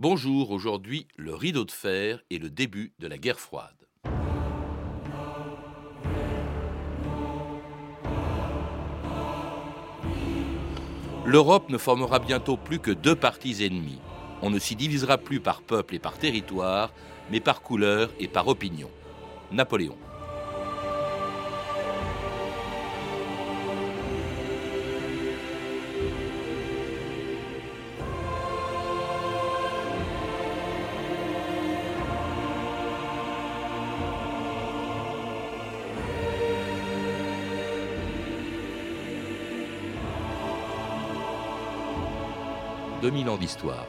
Bonjour, aujourd'hui le rideau de fer et le début de la guerre froide. L'Europe ne formera bientôt plus que deux parties ennemies. On ne s'y divisera plus par peuple et par territoire, mais par couleur et par opinion. Napoléon. « 2000 ans d'histoire.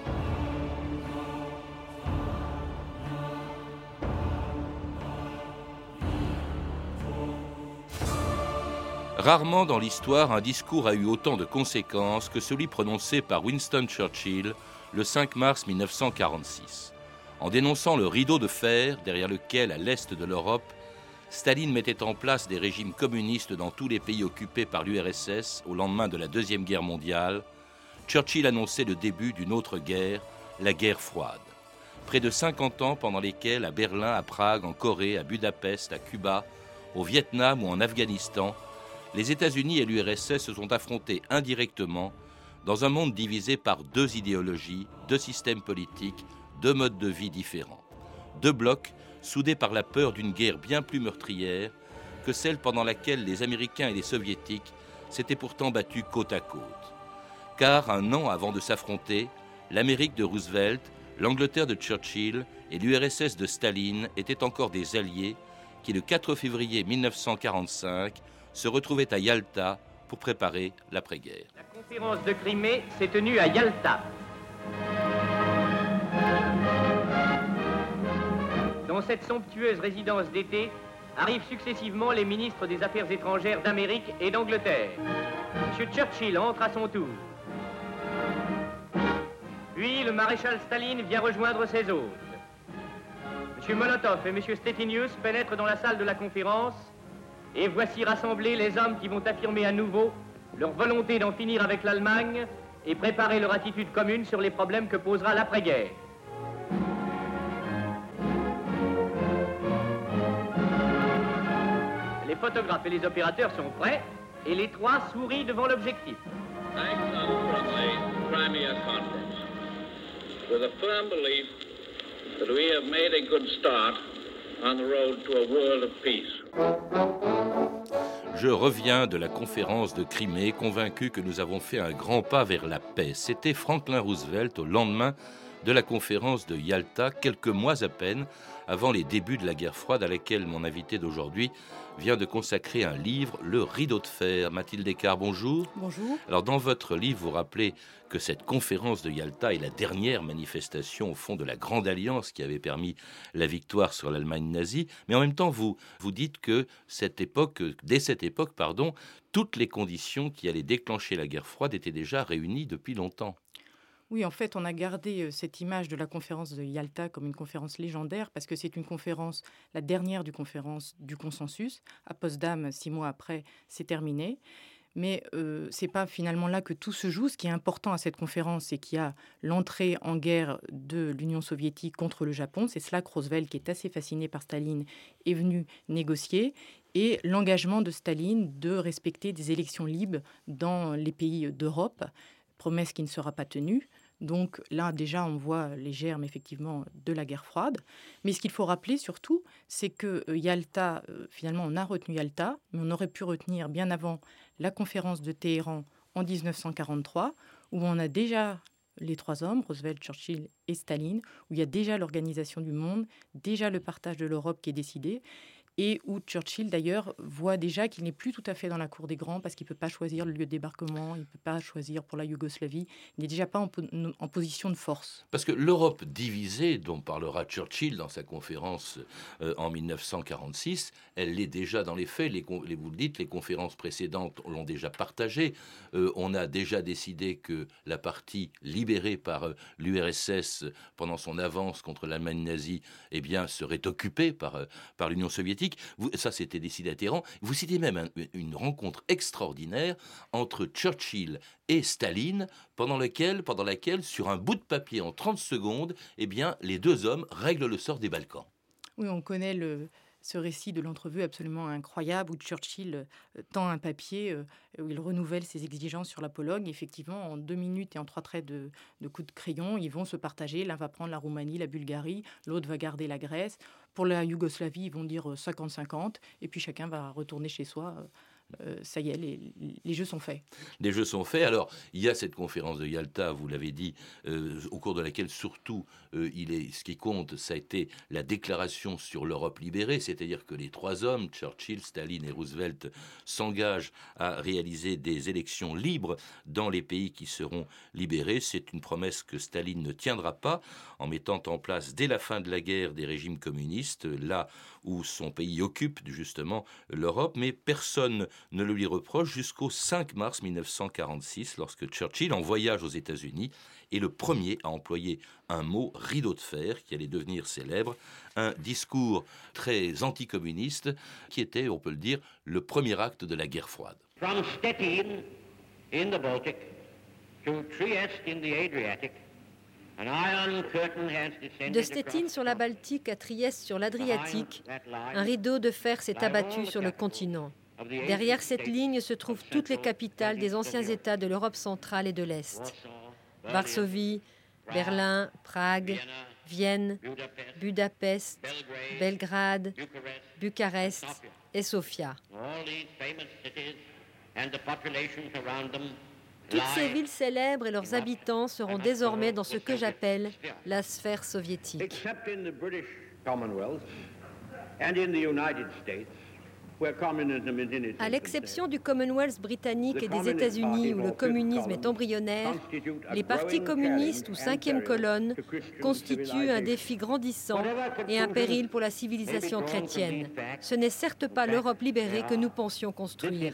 Rarement dans l'histoire un discours a eu autant de conséquences que celui prononcé par Winston Churchill le 5 mars 1946. En dénonçant le rideau de fer derrière lequel, à l'est de l'Europe, Staline mettait en place des régimes communistes dans tous les pays occupés par l'URSS au lendemain de la Deuxième Guerre mondiale, Churchill annonçait le début d'une autre guerre, la guerre froide. Près de 50 ans pendant lesquels, à Berlin, à Prague, en Corée, à Budapest, à Cuba, au Vietnam ou en Afghanistan, les États-Unis et l'URSS se sont affrontés indirectement dans un monde divisé par deux idéologies, deux systèmes politiques, deux modes de vie différents. Deux blocs soudés par la peur d'une guerre bien plus meurtrière que celle pendant laquelle les Américains et les Soviétiques s'étaient pourtant battus côte à côte. Car un an avant de s'affronter, l'Amérique de Roosevelt, l'Angleterre de Churchill et l'URSS de Staline étaient encore des alliés qui, le 4 février 1945, se retrouvaient à Yalta pour préparer l'après-guerre. La conférence de Crimée s'est tenue à Yalta. Dans cette somptueuse résidence d'été arrivent successivement les ministres des Affaires étrangères d'Amérique et d'Angleterre. M. Churchill entre à son tour. Puis le maréchal Staline vient rejoindre ses hôtes. M. Molotov et M. Stettinius pénètrent dans la salle de la conférence et voici rassemblés les hommes qui vont affirmer à nouveau leur volonté d'en finir avec l'Allemagne et préparer leur attitude commune sur les problèmes que posera l'après-guerre. Les photographes et les opérateurs sont prêts et les trois sourient devant l'objectif. I come from the Crimea Conference with a firm belief that we have made a good start on the road to a world of peace. Je reviens de la conférence de Crimée, convaincu que nous avons fait un grand pas vers la paix. C'était Franklin Roosevelt au lendemain de la conférence de Yalta, quelques mois à peine avant les débuts de la guerre froide à laquelle mon invité d'aujourd'hui vient de consacrer un livre, Le rideau de fer. Mathilde Descartes, bonjour. Bonjour. Alors dans votre livre, vous rappelez que cette conférence de Yalta est la dernière manifestation au fond de la Grande Alliance qui avait permis la victoire sur l'Allemagne nazie, mais en même temps vous dites que dès cette époque, toutes les conditions qui allaient déclencher la guerre froide étaient déjà réunies depuis longtemps. Oui, en fait, on a gardé cette image de la conférence de Yalta comme une conférence légendaire parce que c'est une conférence, la dernière du conférence du consensus. À Potsdam, 6 mois après, c'est terminé. Mais ce n'est pas finalement là que tout se joue. Ce qui est important à cette conférence, c'est qu'il y a l'entrée en guerre de l'Union soviétique contre le Japon. C'est cela que Roosevelt, qui est assez fasciné par Staline, est venu négocier. Et l'engagement de Staline de respecter des élections libres dans les pays d'Europe, promesse qui ne sera pas tenue. Donc là, déjà, on voit les germes, effectivement, de la guerre froide. Mais ce qu'il faut rappeler, surtout, c'est que Yalta, finalement, on a retenu Yalta, mais on aurait pu retenir bien avant la conférence de Téhéran en 1943, où on a déjà les trois hommes, Roosevelt, Churchill et Staline, où il y a déjà l'organisation du monde, déjà le partage de l'Europe qui est décidé, et où Churchill, d'ailleurs, voit déjà qu'il n'est plus tout à fait dans la cour des grands parce qu'il ne peut pas choisir le lieu de débarquement, il ne peut pas choisir pour la Yougoslavie, il n'est déjà pas en position de force. Parce que l'Europe divisée, dont parlera Churchill dans sa conférence en 1946, elle l'est déjà dans les faits. Vous le dites, les conférences précédentes l'ont déjà partagé. On a déjà décidé que la partie libérée par l'URSS pendant son avance contre l'Allemagne nazie serait occupée par l'Union soviétique. Baltique. Ça, c'était décidé à Téhéran. Vous citez même une rencontre extraordinaire entre Churchill et Staline, pendant laquelle, sur un bout de papier en 30 secondes, eh bien, les deux hommes règlent le sort des Balkans. Oui, on connaît ce récit de l'entrevue absolument incroyable où Churchill tend un papier où il renouvelle ses exigences sur la Pologne. Effectivement, en 2 minutes et en 3 traits de coups de crayon, ils vont se partager. L'un va prendre la Roumanie, la Bulgarie, l'autre va garder la Grèce. Pour la Yougoslavie, ils vont dire 50-50 et puis chacun va retourner chez soi. Ça y est, les jeux sont faits. Les jeux sont faits. Alors, il y a cette conférence de Yalta, vous l'avez dit, au cours de laquelle surtout, ce qui compte, ça a été la déclaration sur l'Europe libérée, c'est-à-dire que les trois hommes, Churchill, Staline et Roosevelt, s'engagent à réaliser des élections libres dans les pays qui seront libérés. C'est une promesse que Staline ne tiendra pas en mettant en place, dès la fin de la guerre, des régimes communistes, là où son pays occupe justement l'Europe, mais personne ne le lui reproche jusqu'au 5 mars 1946, lorsque Churchill, en voyage aux États-Unis, est le premier à employer un mot rideau de fer qui allait devenir célèbre, un discours très anticommuniste qui était, on peut le dire, le premier acte de la guerre froide. From Stettin in the Baltic to Trieste in the Adriatic, an iron curtain has descended. De Stettin sur la Baltique à Trieste sur l'Adriatique, un rideau de fer s'est abattu sur le continent. Derrière cette ligne se trouvent toutes les capitales des anciens États de l'Europe centrale et de l'Est. Varsovie, Berlin, Prague, Vienne, Budapest, Belgrade, Bucarest et Sofia. Toutes ces villes célèbres et leurs habitants seront désormais dans ce que j'appelle la sphère soviétique. À l'exception du Commonwealth britannique et des États-Unis où le communisme est embryonnaire, les partis communistes ou cinquième colonne constituent un défi grandissant et un péril pour la civilisation chrétienne. Ce n'est certes pas l'Europe libérée que nous pensions construire.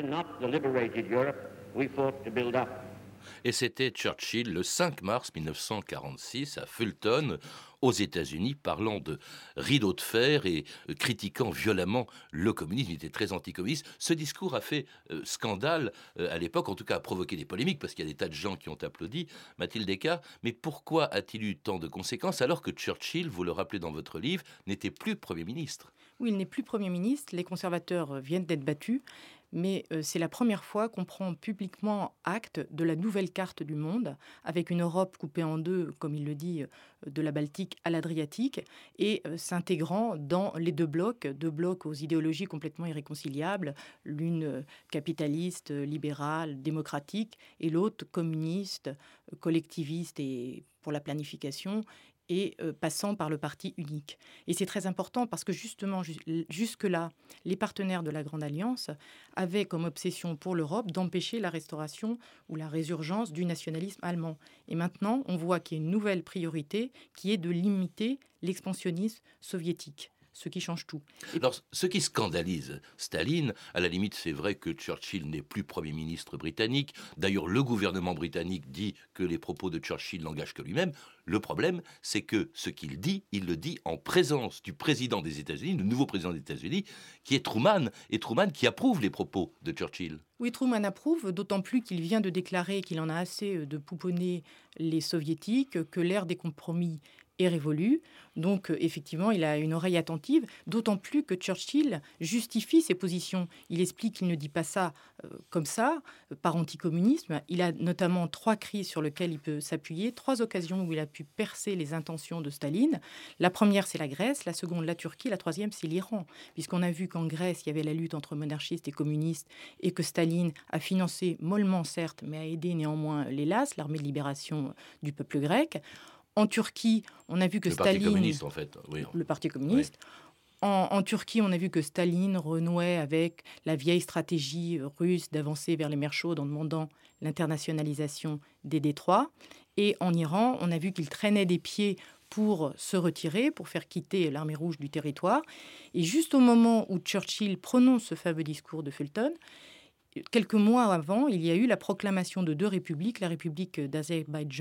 Et c'était Churchill le 5 mars 1946 à Fulton, aux États-Unis, parlant de rideau de fer et critiquant violemment le communisme. Il était très anticommuniste. Ce discours a fait scandale à l'époque, en tout cas a provoqué des polémiques, parce qu'il y a des tas de gens qui ont applaudi, Mathilde Descartes. Mais pourquoi a-t-il eu tant de conséquences alors que Churchill, vous le rappelez dans votre livre, n'était plus Premier ministre ? Oui, il n'est plus Premier ministre. Les conservateurs viennent d'être battus. Mais c'est la première fois qu'on prend publiquement acte de la nouvelle carte du monde, avec une Europe coupée en deux, comme il le dit, de la Baltique à l'Adriatique, et s'intégrant dans les deux blocs aux idéologies complètement irréconciliables, l'une capitaliste, libérale, démocratique, et l'autre communiste, collectiviste et pour la planification, et passant par le parti unique. Et c'est très important parce que justement, jusque-là, les partenaires de la Grande Alliance avaient comme obsession pour l'Europe d'empêcher la restauration ou la résurgence du nationalisme allemand. Et maintenant, on voit qu'il y a une nouvelle priorité qui est de limiter l'expansionnisme soviétique. Ce qui change tout. Alors, ce qui scandalise Staline, à la limite, c'est vrai que Churchill n'est plus Premier ministre britannique. D'ailleurs, le gouvernement britannique dit que les propos de Churchill n'engagent que lui-même. Le problème, c'est que ce qu'il dit, il le dit en présence du président des États-Unis, le nouveau président des États-Unis, qui est Truman, et Truman qui approuve les propos de Churchill. Oui, Truman approuve, d'autant plus qu'il vient de déclarer qu'il en a assez de pouponner les soviétiques, que l'ère des compromis est révolue. Donc, effectivement, il a une oreille attentive, d'autant plus que Churchill justifie ses positions. Il explique qu'il ne dit pas ça comme ça, par anticommunisme. Il a notamment 3 crises sur lesquelles il peut s'appuyer, 3 occasions où il a pu percer les intentions de Staline. La première, c'est la Grèce, la seconde, la Turquie, la troisième, c'est l'Iran. Puisqu'on a vu qu'en Grèce, il y avait la lutte entre monarchistes et communistes, et que Staline a financé mollement, certes, mais a aidé néanmoins l'Hélas, l'armée de libération du peuple grec. En Turquie, on a vu que Staline... Le Parti communiste, en fait. Oui. Le Parti communiste. Oui. En Turquie, on a vu que Staline renouait avec la vieille stratégie russe d'avancer vers les mers chaudes en demandant l'internationalisation des détroits. Et en Iran, on a vu qu'il traînait des pieds pour se retirer, pour faire quitter l'armée rouge du territoire. Et juste au moment où Churchill prononce ce fameux discours de Fulton, quelques mois avant, il y a eu la proclamation de 2 républiques, la République d'Azerbaïdjan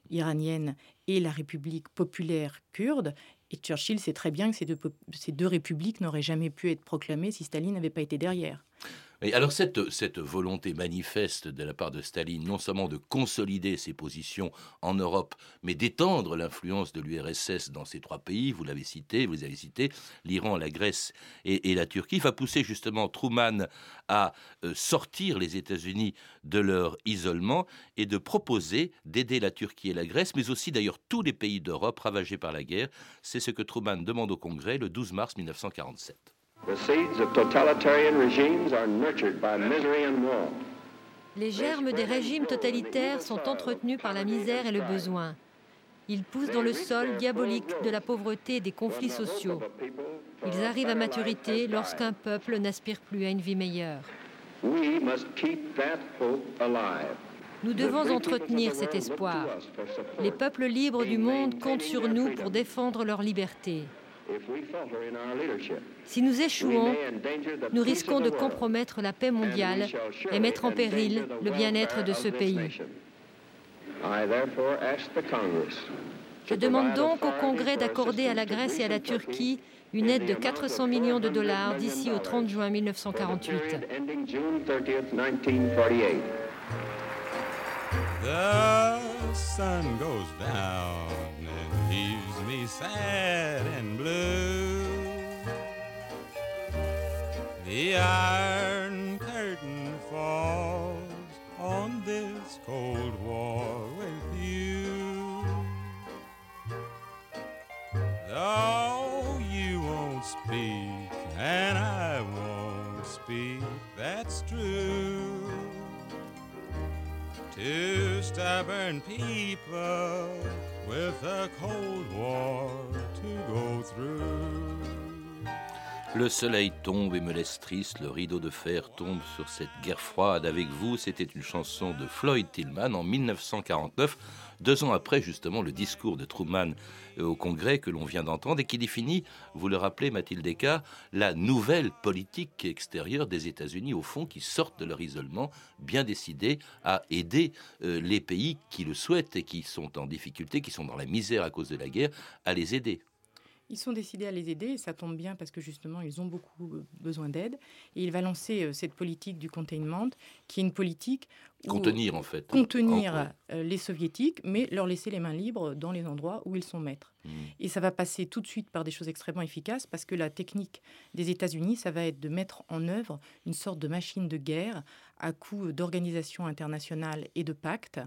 iranienne et la République populaire kurde. Et Churchill sait très bien que ces deux républiques n'auraient jamais pu être proclamées si Staline n'avait pas été derrière. Et alors cette volonté manifeste de la part de Staline, non seulement de consolider ses positions en Europe, mais d'étendre l'influence de l'URSS dans ces trois pays, vous avez cité, l'Iran, la Grèce et la Turquie, va pousser justement Truman à sortir les États-Unis de leur isolement et de proposer d'aider la Turquie et la Grèce, mais aussi d'ailleurs tous les pays d'Europe ravagés par la guerre. C'est ce que Truman demande au Congrès le 12 mars 1947. Les germes des régimes totalitaires sont entretenus par la misère et le besoin. Ils poussent dans le sol diabolique de la pauvreté et des conflits sociaux. Ils arrivent à maturité lorsqu'un peuple n'aspire plus à une vie meilleure. Nous devons entretenir cet espoir. Les peuples libres du monde comptent sur nous pour défendre leur liberté. Si nous échouons, nous risquons de compromettre la paix mondiale et mettre en péril le bien-être de ce pays. Je demande donc au Congrès d'accorder à la Grèce et à la Turquie une aide de 400 millions de dollars d'ici au 30 juin 1948. The sun goes down and leaves me sad and blue. The iron curtain falls on this cold war with you. Though you won't speak and I won't speak, that's true. Two stubborn people with a cold war to go through. Le soleil tombe et me laisse triste, le rideau de fer tombe sur cette guerre froide avec vous. C'était une chanson de Floyd Tillman en 1949, 2 ans après justement le discours de Truman au Congrès que l'on vient d'entendre et qui définit, vous le rappelez Mathilde Eka, la nouvelle politique extérieure des États-Unis au fond qui sortent de leur isolement, bien décidés à aider les pays qui le souhaitent et qui sont en difficulté, qui sont dans la misère à cause de la guerre, à les aider. Ils sont décidés à les aider et ça tombe bien parce que justement, ils ont beaucoup besoin d'aide. Et il va lancer cette politique du containment, qui est une politique contenir en fait. Contenir les soviétiques, mais leur laisser les mains libres dans les endroits où ils sont maîtres. Et ça va passer tout de suite par des choses extrêmement efficaces parce que la technique des États-Unis, ça va être de mettre en œuvre une sorte de machine de guerre à coup d'organisation internationale et de pactes.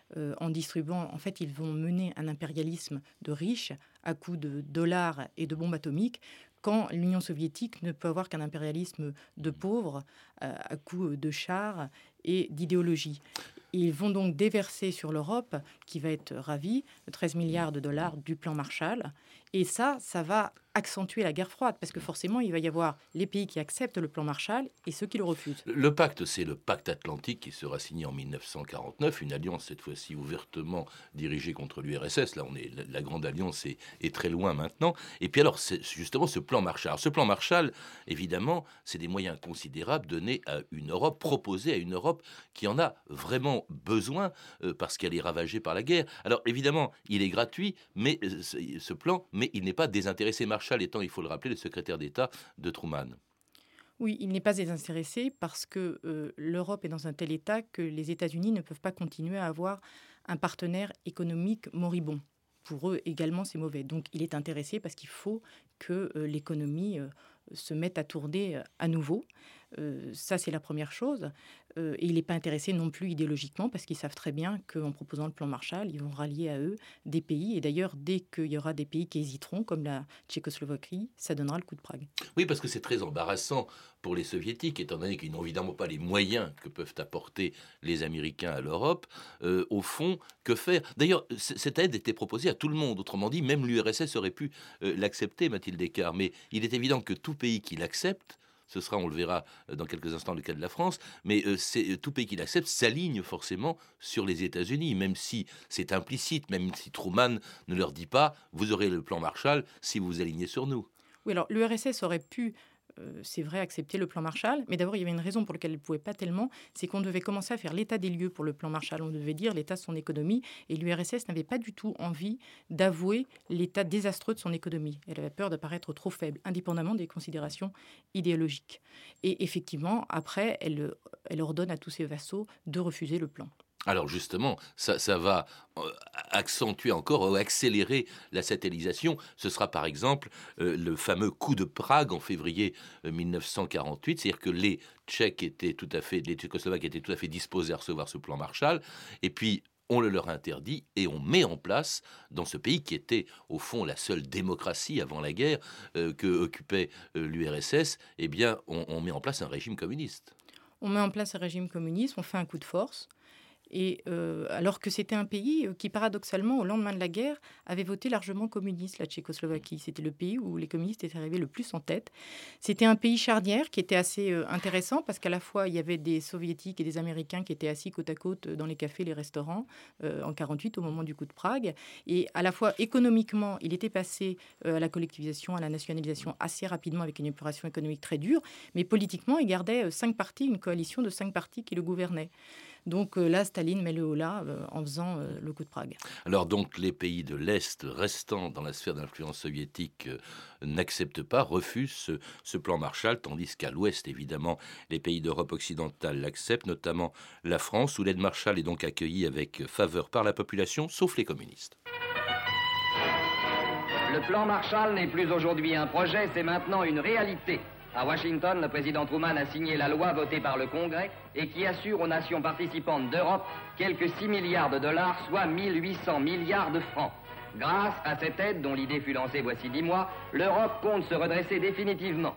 En distribuant, en fait, ils vont mener un impérialisme de riches à coups de dollars et de bombes atomiques, quand l'Union soviétique ne peut avoir qu'un impérialisme de pauvres à coups de chars et d'idéologie. Ils vont donc déverser sur l'Europe, qui va être ravie, 13 milliards de dollars du plan Marshall. Et ça va accentuer la guerre froide, parce que forcément, il va y avoir les pays qui acceptent le plan Marshall et ceux qui le refusent. Le pacte, c'est le pacte atlantique qui sera signé en 1949, une alliance cette fois-ci ouvertement dirigée contre l'URSS. Là, la grande alliance est très loin maintenant. Et puis alors, c'est justement ce plan Marshall. Alors, ce plan Marshall, évidemment, c'est des moyens considérables donnés à une Europe, proposés à une Europe qui en a vraiment besoin parce qu'elle est ravagée par la guerre. Alors, évidemment, il est gratuit, mais ce plan, mais il n'est pas désintéressé. Marshall étant, il faut le rappeler, le secrétaire d'État de Truman. Oui, il n'est pas désintéressé parce que l'Europe est dans un tel état que les États-Unis ne peuvent pas continuer à avoir un partenaire économique moribond. Pour eux également, c'est mauvais. Donc, il est intéressé parce qu'il faut que l'économie se mette à tourner à nouveau. Ça, c'est la première chose. Et il n'est pas intéressé non plus idéologiquement parce qu'ils savent très bien qu'en proposant le plan Marshall, ils vont rallier à eux des pays. Et d'ailleurs, dès qu'il y aura des pays qui hésiteront, comme la Tchécoslovaquie, ça donnera le coup de Prague. Oui, parce que c'est très embarrassant pour les Soviétiques, étant donné qu'ils n'ont évidemment pas les moyens que peuvent apporter les Américains à l'Europe. Au fond, que faire ? D'ailleurs, cette aide était proposée à tout le monde. Autrement dit, même l'URSS aurait pu l'accepter, Mathilde Eka. Mais il est évident que tout pays qui l'accepte, ce sera, on le verra dans quelques instants, le cas de la France, mais tout pays qui l'accepte s'aligne forcément sur les États-Unis, même si c'est implicite, même si Truman ne leur dit pas « vous aurez le plan Marshall si vous vous alignez sur nous ». Oui, alors l'URSS aurait pu c'est vrai, accepter le plan Marshall. Mais d'abord, il y avait une raison pour laquelle elle ne pouvait pas tellement, c'est qu'on devait commencer à faire l'état des lieux pour le plan Marshall. On devait dire l'état de son économie. Et l'URSS n'avait pas du tout envie d'avouer l'état désastreux de son économie. Elle avait peur de paraître trop faible, indépendamment des considérations idéologiques. Et effectivement, après, elle ordonne à tous ses vassaux de refuser le plan. Alors justement, ça va accentuer encore, accélérer la satellisation. Ce sera par exemple le fameux coup de Prague en février 1948, c'est-à-dire que les Tchécoslovaques étaient tout à fait disposés à recevoir ce plan Marshall, et puis on le leur interdit et on met en place, dans ce pays qui était au fond la seule démocratie avant la guerre que occupait l'URSS, eh bien on met en place un régime communiste. On met en place un régime communiste, on fait un coup de force. Et alors que c'était un pays qui, paradoxalement, au lendemain de la guerre, avait voté largement communiste, la Tchécoslovaquie. C'était le pays où les communistes étaient arrivés le plus en tête. C'était un pays charnière qui était assez intéressant parce qu'à la fois, il y avait des Soviétiques et des Américains qui étaient assis côte à côte dans les cafés, les restaurants, en 1948, au moment du coup de Prague. Et à la fois, économiquement, il était passé à la collectivisation, à la nationalisation assez rapidement avec une épuration économique très dure. Mais politiquement, il gardait 5 partis, une coalition de 5 partis qui le gouvernaient. Donc là, Staline met le holà en faisant le coup de Prague. Alors donc les pays de l'Est restant dans la sphère d'influence soviétique n'acceptent pas, refusent ce plan Marshall, tandis qu'à l'Ouest, évidemment, les pays d'Europe occidentale l'acceptent, notamment la France, où l'aide Marshall est donc accueillie avec faveur par la population, sauf les communistes. Le plan Marshall n'est plus aujourd'hui un projet, c'est maintenant une réalité. À Washington, le président Truman a signé la loi votée par le Congrès et qui assure aux nations participantes d'Europe quelques 6 milliards de dollars, soit 1800 milliards de francs. Grâce à cette aide, dont l'idée fut lancée voici 10 mois, l'Europe compte se redresser définitivement.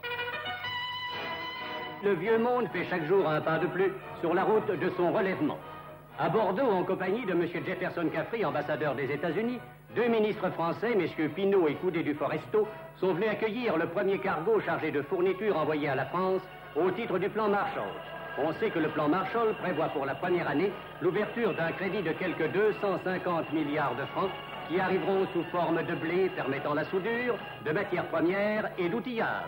Le vieux monde fait chaque jour un pas de plus sur la route de son relèvement. À Bordeaux, en compagnie de M. Jefferson Caffrey, ambassadeur des États-Unis, 2 ministres français, messieurs Pinault et Coudet du Foresto, sont venus accueillir le premier cargo chargé de fournitures envoyé à la France au titre du plan Marshall. On sait que le plan Marshall prévoit pour la première année l'ouverture d'un crédit de quelques 250 milliards de francs qui arriveront sous forme de blé permettant la soudure, de matières premières et d'outillage.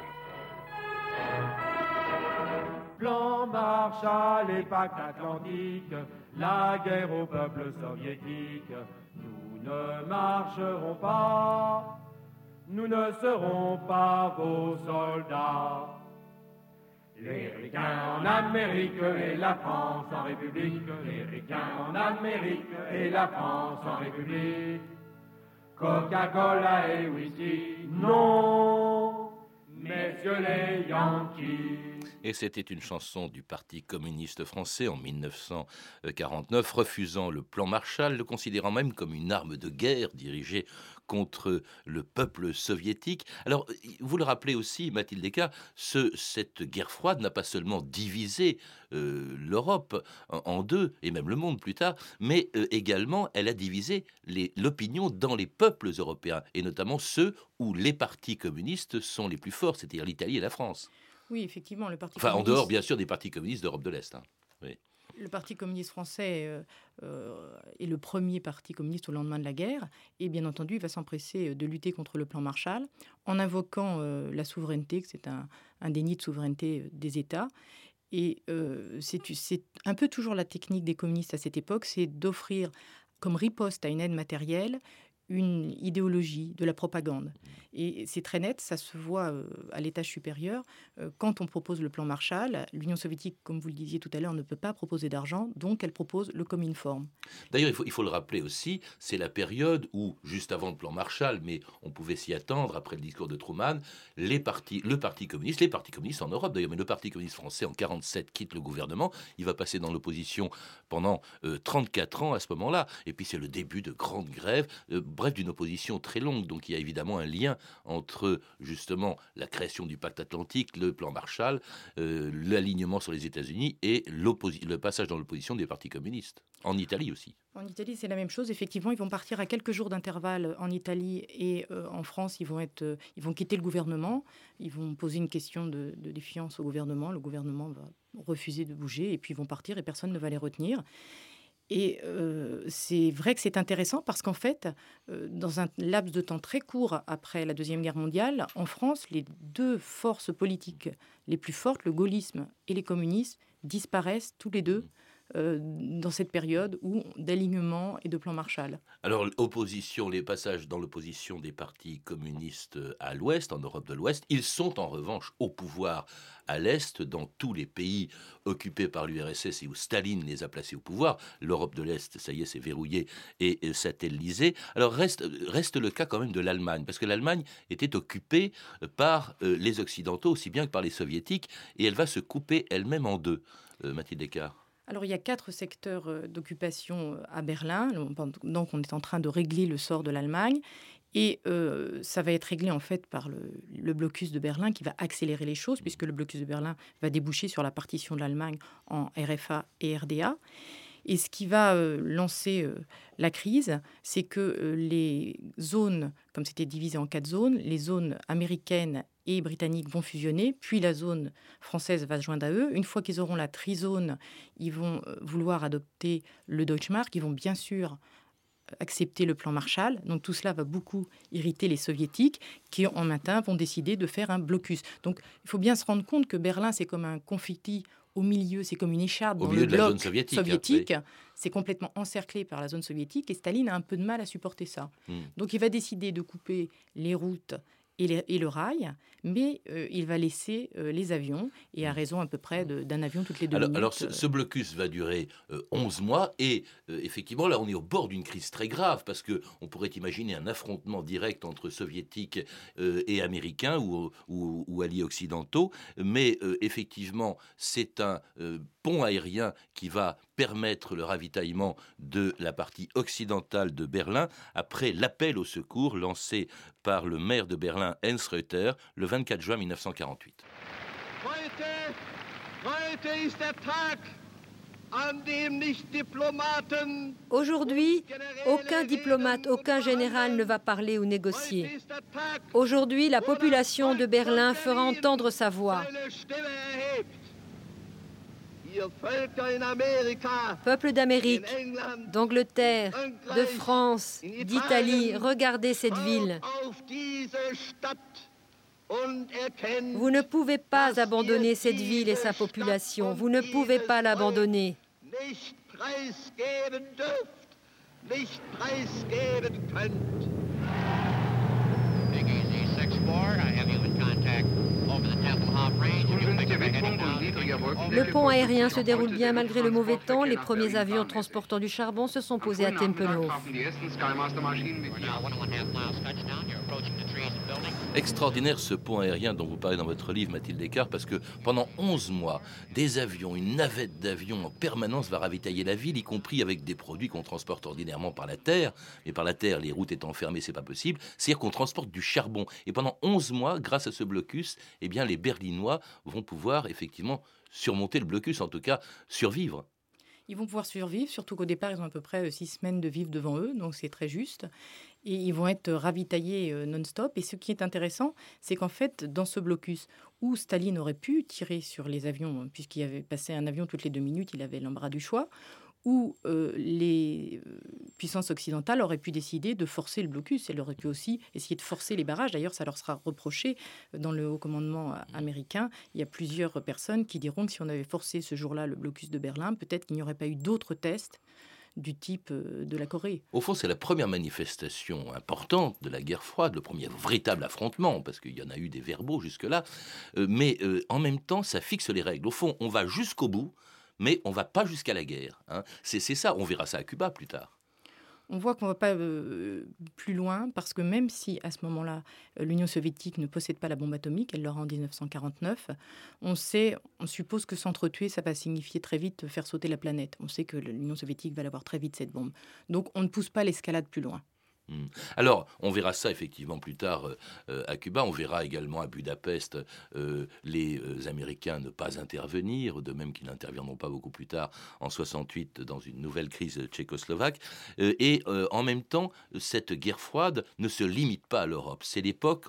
Plan Marshall et pacte atlantique, la guerre au peuple soviétique. Nous ne marcherons pas, nous ne serons pas vos soldats. Les Ricains en Amérique et la France en République, les Ricains en Amérique et la France en République. Coca-Cola et whisky, non, messieurs les Yankees. Et c'était une chanson du Parti communiste français en 1949, refusant le plan Marshall, le considérant même comme une arme de guerre dirigée contre le peuple soviétique. Alors, vous le rappelez aussi, Mathilde Descartes, cette guerre froide n'a pas seulement divisé l'Europe en deux, et même le monde plus tard, mais également elle a divisé l'opinion dans les peuples européens, et notamment ceux où les partis communistes sont les plus forts, c'est-à-dire l'Italie et la France. Oui, effectivement, le Parti communiste... communiste... en dehors, bien sûr, des partis communistes d'Europe de l'Est. Hein. Oui. Le Parti communiste français est le premier parti communiste au lendemain de la guerre. Et bien entendu, il va s'empresser de lutter contre le plan Marshall en invoquant la souveraineté, que c'est un déni de souveraineté des États. Et c'est un peu toujours la technique des communistes à cette époque, c'est d'offrir comme riposte à une aide matérielle une idéologie, de la propagande. Et c'est très net, ça se voit à l'étage supérieur. Quand on propose le plan Marshall, l'Union soviétique, comme vous le disiez tout à l'heure, ne peut pas proposer d'argent, donc elle propose le Cominform. D'ailleurs, il faut le rappeler aussi, c'est la période où, juste avant le plan Marshall, mais on pouvait s'y attendre après le discours de Truman, les partis communistes en Europe d'ailleurs, mais le Parti communiste français en 1947 quitte le gouvernement, il va passer dans l'opposition pendant 34 ans à ce moment-là, et puis c'est le début de grandes grèves, bref, d'une opposition très longue. Donc il y a évidemment un lien entre justement la création du pacte atlantique, le plan Marshall, l'alignement sur les États-Unis et le passage dans l'opposition des partis communistes. En Italie aussi. En Italie, c'est la même chose. Effectivement, ils vont partir à quelques jours d'intervalle en Italie et en France, ils vont quitter le gouvernement. Ils vont poser une question de défiance au gouvernement. Le gouvernement va refuser de bouger et puis ils vont partir et personne ne va les retenir. Et c'est vrai que c'est intéressant parce qu'en fait, dans un laps de temps très court après la Deuxième Guerre mondiale, en France, les deux forces politiques les plus fortes, le gaullisme et les communistes, disparaissent tous les deux dans cette période d'alignement et de plan Marshall. Alors, les passages dans l'opposition des partis communistes à l'Ouest, en Europe de l'Ouest, ils sont en revanche au pouvoir à l'Est, dans tous les pays occupés par l'URSS et où Staline les a placés au pouvoir. L'Europe de l'Est, ça y est, c'est verrouillé et satellisé. Alors, reste le cas quand même de l'Allemagne, parce que l'Allemagne était occupée par les Occidentaux, aussi bien que par les Soviétiques, et elle va se couper elle-même en deux. Mathilde Descartes. Alors, il y a 4 secteurs d'occupation à Berlin. Donc, on est en train de régler le sort de l'Allemagne. Et ça va être réglé, en fait, par le blocus de Berlin qui va accélérer les choses, puisque le blocus de Berlin va déboucher sur la partition de l'Allemagne en RFA et RDA. Et ce qui va lancer la crise, c'est que les zones, comme c'était divisé en 4 zones, les zones américaines et britanniques vont fusionner, puis la zone française va se joindre à eux. Une fois qu'ils auront la trizone, ils vont vouloir adopter le Deutschmark. Ils vont bien sûr accepter le plan Marshall. Donc tout cela va beaucoup irriter les soviétiques qui, en matin, vont décider de faire un blocus. Donc il faut bien se rendre compte que Berlin, c'est comme un confetti au milieu, c'est comme une écharpe dans le bloc soviétique. Oui. C'est complètement encerclé par la zone soviétique et Staline a un peu de mal à supporter ça. Donc il va décider de couper les routes et le rail, mais il va laisser les avions, et à raison à peu près d'un avion toutes les 2 minutes. Alors ce blocus va durer 11 mois, et effectivement, là, on est au bord d'une crise très grave, parce qu'on pourrait imaginer un affrontement direct entre soviétiques et américains, ou alliés occidentaux, mais effectivement, c'est un pont aérien qui va permettre le ravitaillement de la partie occidentale de Berlin, après l'appel au secours lancé par le maire de Berlin, Heinz Reuter, le 24 juin 1948. Aujourd'hui, aucun diplomate, aucun général ne va parler ou négocier. Aujourd'hui, la population de Berlin fera entendre sa voix. Peuple d'Amérique, d'Angleterre, de France, d'Italie, regardez cette ville. Vous ne pouvez pas abandonner cette ville et sa population. Vous ne pouvez pas l'abandonner. Le pont aérien se déroule bien malgré le mauvais temps. Les premiers avions transportant du charbon se sont posés à Tempelhof. Extraordinaire ce pont aérien dont vous parlez dans votre livre, Mathilde Descartes, parce que pendant 11 mois, des avions, une navette d'avions en permanence va ravitailler la ville, y compris avec des produits qu'on transporte ordinairement par la terre. Mais par la terre, les routes étant fermées, c'est pas possible. C'est-à-dire qu'on transporte du charbon. Et pendant 11 mois, grâce à ce blocus, eh bien, les Berlinois vont pouvoir effectivement surmonter le blocus, en tout cas survivre. Ils vont pouvoir survivre, surtout qu'au départ, ils ont à peu près 6 semaines de vivre devant eux, donc c'est très juste. Et ils vont être ravitaillés non-stop. Et ce qui est intéressant, c'est qu'en fait, dans ce blocus, où Staline aurait pu tirer sur les avions, puisqu'il avait passé un avion toutes les 2 minutes, il avait l'embarras du choix, où les puissances occidentales auraient pu décider de forcer le blocus. Elles auraient pu aussi essayer de forcer les barrages. D'ailleurs, ça leur sera reproché dans le haut commandement américain. Il y a plusieurs personnes qui diront que si on avait forcé ce jour-là le blocus de Berlin, peut-être qu'il n'y aurait pas eu d'autres tests du type de la Corée. Au fond, c'est la première manifestation importante de la guerre froide, le premier véritable affrontement, parce qu'il y en a eu des verbaux jusque-là, mais en même temps, ça fixe les règles. Au fond, on va jusqu'au bout, mais on ne va pas jusqu'à la guerre. Hein. C'est ça, on verra ça à Cuba plus tard. On voit qu'on ne va pas plus loin, parce que même si, à ce moment-là, l'Union soviétique ne possède pas la bombe atomique, elle l'aura en 1949, on suppose que s'entretuer, ça va signifier très vite faire sauter la planète. On sait que l'Union soviétique va l'avoir très vite, cette bombe. Donc on ne pousse pas l'escalade plus loin. Alors, on verra ça effectivement plus tard à Cuba. On verra également à Budapest les Américains ne pas intervenir, de même qu'ils n'interviendront pas beaucoup plus tard en 68 dans une nouvelle crise tchécoslovaque. Et en même temps, cette guerre froide ne se limite pas à l'Europe. C'est l'époque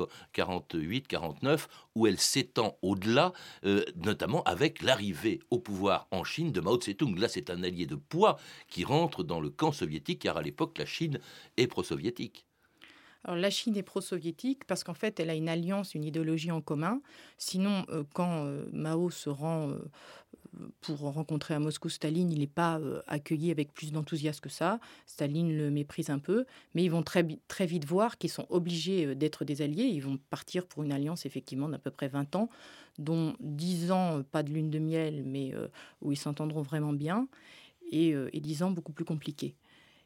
48-49 où elle s'étend au-delà, notamment avec l'arrivée au pouvoir en Chine de Mao Tse-tung. Là, c'est un allié de poids qui rentre dans le camp soviétique, car à l'époque, la Chine est pro-soviétique. Alors, la Chine est pro-soviétique parce qu'en fait, elle a une alliance, une idéologie en commun. Sinon, quand Mao se rend pour rencontrer à Moscou Staline, il n'est pas accueilli avec plus d'enthousiasme que ça. Staline le méprise un peu, mais ils vont très vite voir qu'ils sont obligés d'être des alliés. Ils vont partir pour une alliance, effectivement, d'à peu près 20 ans, dont 10 ans, pas de lune de miel, mais où ils s'entendront vraiment bien, et 10 ans beaucoup plus compliqués.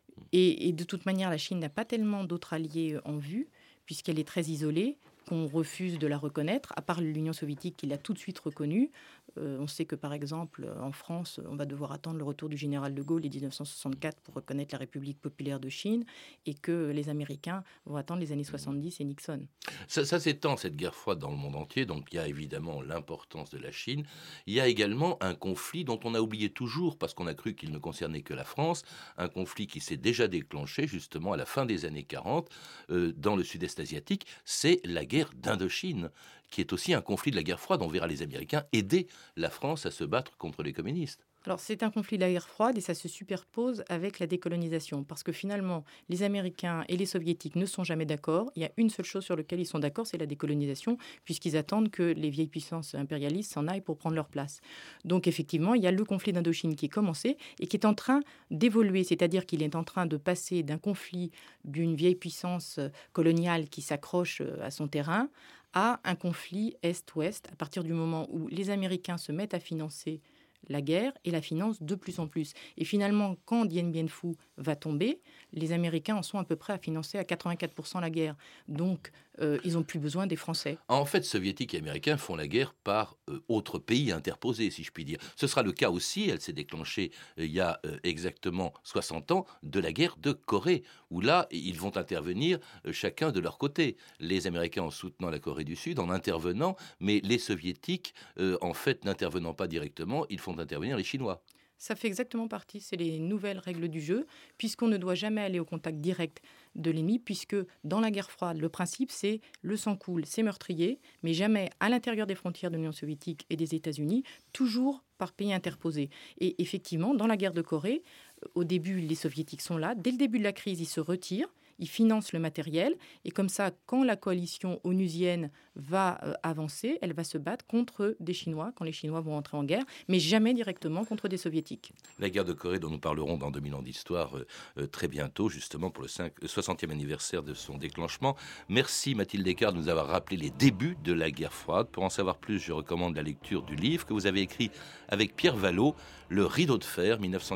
Et de toute manière, la Chine n'a pas tellement d'autres alliés en vue, puisqu'elle est très isolée, qu'on refuse de la reconnaître, à part l'Union soviétique qui l'a tout de suite reconnue. On sait que, par exemple, en France, on va devoir attendre le retour du général de Gaulle en 1964 pour reconnaître la République populaire de Chine, et que les Américains vont attendre les années 70 et Nixon. Ça s'étend, cette guerre froide, dans le monde entier. Donc il y a évidemment l'importance de la Chine. Il y a également un conflit dont on a oublié toujours, parce qu'on a cru qu'il ne concernait que la France, un conflit qui s'est déjà déclenché justement à la fin des années 40 dans le sud-est asiatique. C'est la guerre d'Indochine, qui est aussi un conflit de la guerre froide. On verra les Américains aider la France à se battre contre les communistes. Alors, c'est un conflit de la guerre froide et ça se superpose avec la décolonisation, parce que finalement, les Américains et les Soviétiques ne sont jamais d'accord. Il y a une seule chose sur laquelle ils sont d'accord, c'est la décolonisation, puisqu'ils attendent que les vieilles puissances impérialistes s'en aillent pour prendre leur place. Donc, effectivement, il y a le conflit d'Indochine qui est commencé et qui est en train d'évoluer, c'est-à-dire qu'il est en train de passer d'un conflit d'une vieille puissance coloniale qui s'accroche à son terrain à un conflit Est-Ouest, à partir du moment où les Américains se mettent à financer la guerre et la finance de plus en plus. Et finalement, quand Dien Bien Phu va tomber, les Américains en sont à peu près à financer à 84% la guerre. Donc, ils n'ont plus besoin des Français. En fait, Soviétiques et Américains font la guerre par autres pays interposés, si je puis dire. Ce sera le cas aussi, elle s'est déclenchée il y a exactement 60 ans, de la guerre de Corée, où là, ils vont intervenir chacun de leur côté. Les Américains en soutenant la Corée du Sud, en intervenant, mais les Soviétiques, en fait, n'intervenant pas directement, ils font intervenir les Chinois. Ça fait exactement partie, c'est les nouvelles règles du jeu, puisqu'on ne doit jamais aller au contact direct de l'ennemi, puisque dans la guerre froide, le principe c'est le sang coule, c'est meurtrier, mais jamais à l'intérieur des frontières de l'Union soviétique et des États-Unis, toujours par pays interposé. Et effectivement, dans la guerre de Corée, au début, les Soviétiques sont là, dès le début de la crise, ils se retirent, ils financent le matériel, et comme ça, quand la coalition onusienne va avancer, elle va se battre contre des Chinois, quand les Chinois vont entrer en guerre, mais jamais directement contre des Soviétiques. La guerre de Corée, dont nous parlerons dans 2000 ans d'histoire très bientôt, justement pour le 60e anniversaire de son déclenchement. Merci Mathilde Descartes de nous avoir rappelé les débuts de la guerre froide. Pour en savoir plus, je recommande la lecture du livre que vous avez écrit avec Pierre Vallot, Le Rideau de fer,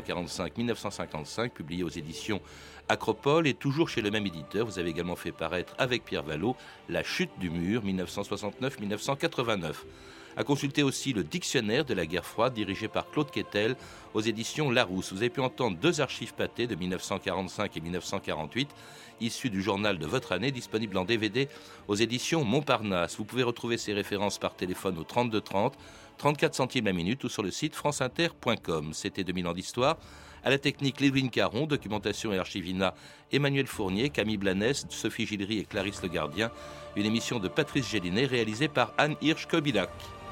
1945-1955, publié aux éditions Acropole, et toujours chez le même éditeur. Vous avez également fait paraître avec Pierre Vallot La chute du mur, 1969-1989. À consulter aussi le dictionnaire de la guerre froide dirigé par Claude Quetel aux éditions Larousse. Vous avez pu entendre 2 archives pâtées de 1945 et 1948, issues du journal de votre année, disponibles en DVD aux éditions Montparnasse. Vous pouvez retrouver ces références par téléphone au 32 30, 34 centimes la minute ou sur le site franceinter.com. C'était 2000 ans d'histoire. À la technique, Lévin Caron, documentation et archivina, Emmanuel Fournier, Camille Blanès, Sophie Gillery et Clarisse Le Gardien. Une émission de Patrice Gélinet réalisée par Anne Hirsch-Kobilac.